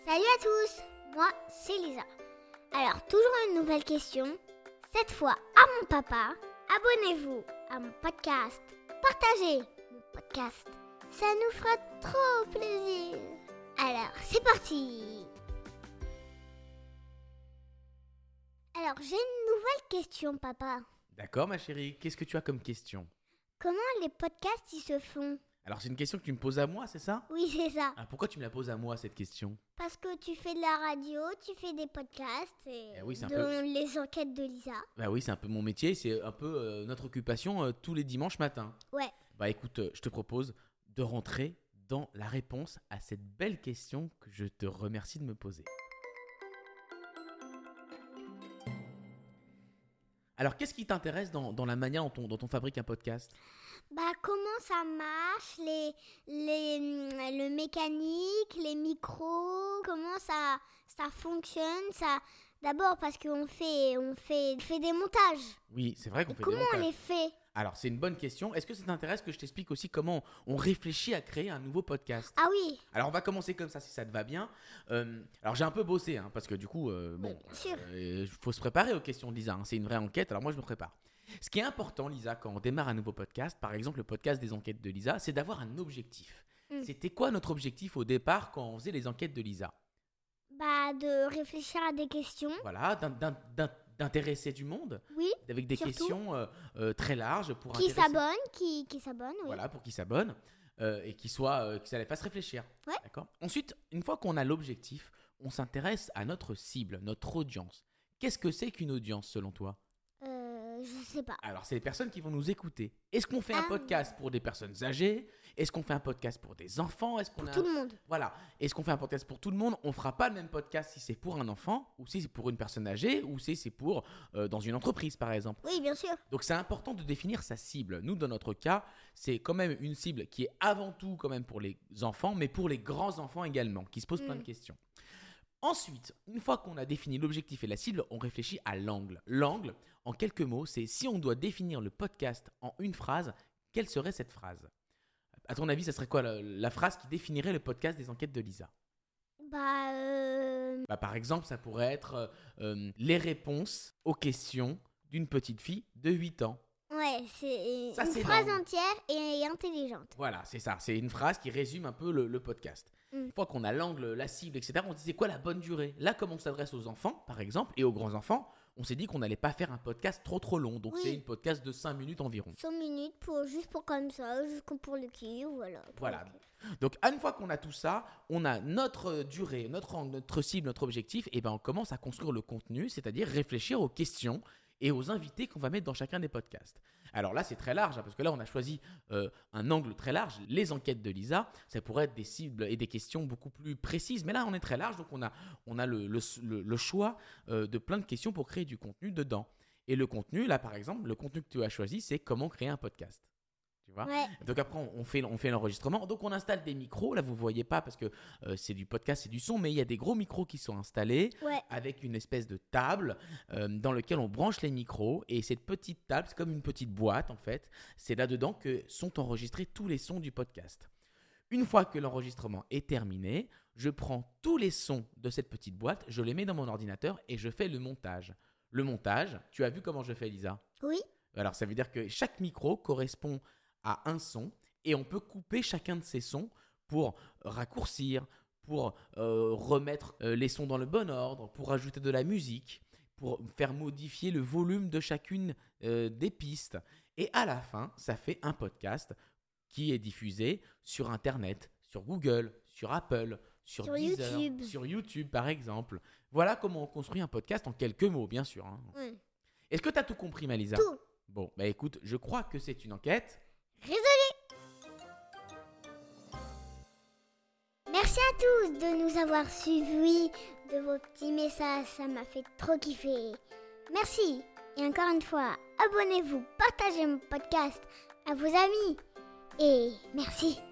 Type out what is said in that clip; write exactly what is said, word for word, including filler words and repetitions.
Salut à tous, moi c'est Lisa. Alors toujours une nouvelle question, cette fois à mon papa. Abonnez-vous à mon podcast, partagez mon podcast, ça nous fera trop plaisir. Alors c'est parti. Alors j'ai une nouvelle question papa. D'accord ma chérie, qu'est-ce que tu as comme question? Comment les podcasts ils se font? Alors c'est une question que tu me poses à moi, c'est ça? Oui c'est ça. Ah, pourquoi tu me la poses à moi cette question? Parce que tu fais de la radio, tu fais des podcasts, et Eh oui, c'est un dont peu- les enquêtes de Lisa. Bah oui, c'est un peu mon métier, c'est un peu euh, notre occupation euh, tous les dimanches matins. Ouais. Bah écoute, euh, je te propose de rentrer dans la réponse à cette belle question que je te remercie de me poser. Alors qu'est-ce qui t'intéresse dans, dans la manière dont on, dont on fabrique un podcast? Bah comment ça marche, les, les, le mécanique, les micros, comment ça, ça fonctionne, ça. D'abord parce qu'on fait, on fait, on fait des montages. Oui, c'est vrai qu'on Et fait comment des on montages. les fait? Alors c'est une bonne question. Est-ce que ça t'intéresse que je t'explique aussi comment on réfléchit à créer un nouveau podcast? Ah oui, Alors on va commencer comme ça si ça te va bien. Euh, alors j'ai un peu bossé hein, parce que du coup, euh, bon, Oui, bien sûr. il faut se préparer aux questions de Lisa. hein. C'est une vraie enquête. Alors moi je me prépare. Ce qui est important, Lisa, quand on démarre un nouveau podcast, par exemple le podcast des enquêtes de Lisa, c'est d'avoir un objectif. Mm. C'était quoi notre objectif au départ quand on faisait les enquêtes de Lisa? bah de réfléchir à des questions. Voilà, d'in- d'in- d'in- d'intéresser du monde Oui, avec des Surtout. questions euh, euh, très larges pour qui intéresser- s'abonnent, qui, qui s'abonnent, oui. Voilà, pour qu'ils s'abonnent euh, et qu'ils soient, euh, que ça les fasse réfléchir. Ouais. D'accord. Ensuite, une fois qu'on a l'objectif, on s'intéresse à notre cible, notre audience. Qu'est-ce que c'est qu'une audience selon toi? Euh, je sais pas. Alors, c'est les personnes qui vont nous écouter. Est-ce qu'on fait un Ah. podcast pour des personnes âgées? Est-ce qu'on fait un podcast pour des enfants? Est-ce qu'on Pour a tout un- le monde. Voilà. Est-ce qu'on fait un podcast pour tout le monde? On fera pas le même podcast si c'est pour un enfant, ou si c'est pour une personne âgée, ou si c'est pour euh, dans une entreprise, par exemple. Oui, bien sûr. Donc c'est important de définir sa cible. Nous, dans notre cas, c'est quand même une cible qui est avant tout quand même pour les enfants, mais pour les grands enfants également, qui se posent plein Mm. de questions. Ensuite, une fois qu'on a défini l'objectif et la cible, on réfléchit à l'angle. L'angle, en quelques mots, c'est si on doit définir le podcast en une phrase, quelle serait cette phrase? À ton avis, ça serait quoi la, la phrase qui définirait le podcast des enquêtes de Lisa? Bah euh... Bah, par exemple, ça pourrait être euh, euh, les réponses aux questions d'une petite fille de huit ans. ouais, c'est Ça, une c'est phrase dans- entière et intelligente. Voilà, c'est ça. C'est une phrase qui résume un peu le, le podcast. Mm. Une fois qu'on a l'angle, la cible, et cetera, on se dit c'est quoi la bonne durée? Là, comme on s'adresse aux enfants, par exemple, et aux grands-enfants, on s'est dit qu'on n'allait pas faire un podcast trop trop long. Donc, Oui. c'est une podcast de cinq minutes environ. cinq minutes pour, juste pour comme ça, juste comme pour le kiff, voilà. pour Voilà. le kiff. Donc, une fois qu'on a tout ça, on a notre durée, notre angle, notre cible, notre objectif, et ben on commence à construire le contenu, c'est-à-dire réfléchir aux questions et aux invités qu'on va mettre dans chacun des podcasts. Alors là, c'est très large, hein, parce que là, on a choisi euh, un angle très large. Les enquêtes de Lisa, ça pourrait être des cibles et des questions beaucoup plus précises. Mais là, on est très large, donc on a, on a le, le, le- le choix euh, de plein de questions pour créer du contenu dedans. Et le contenu, là, par exemple, le contenu que tu as choisi, c'est comment créer un podcast. Tu vois? Ouais, Donc après, on fait, on fait l'enregistrement. Donc on installe des micros. Là, vous ne voyez pas parce que euh, c'est du podcast, c'est du son, mais il y a des gros micros qui sont installés ouais. avec une espèce de table euh, dans laquelle on branche les micros. Et cette petite table, c'est comme une petite boîte en fait. C'est là-dedans que sont enregistrés tous les sons du podcast. Une fois que l'enregistrement est terminé, je prends tous les sons de cette petite boîte, je les mets dans mon ordinateur et je fais le montage. Le montage, tu as vu comment je fais, Lisa? Oui, Alors, ça veut dire que chaque micro correspond à un son et on peut couper chacun de ces sons pour raccourcir, pour euh, remettre euh, les sons dans le bon ordre, pour ajouter de la musique, pour faire modifier le volume de chacune euh, des pistes. Et à la fin, ça fait un podcast qui est diffusé sur Internet, sur Google, sur Apple, sur, Sur Deezer, YouTube. sur YouTube par exemple. Voilà comment on construit un podcast en quelques mots, bien sûr. hein. ouais. Est-ce que tu as tout compris, Malisa? Tout. Bon, bah écoute, je crois que c'est une enquête. Résolu. Merci à tous de nous avoir suivis, de vos petits messages, ça m'a fait trop kiffer. Merci. Et encore une fois, abonnez-vous, partagez mon podcast à vos amis. Et merci.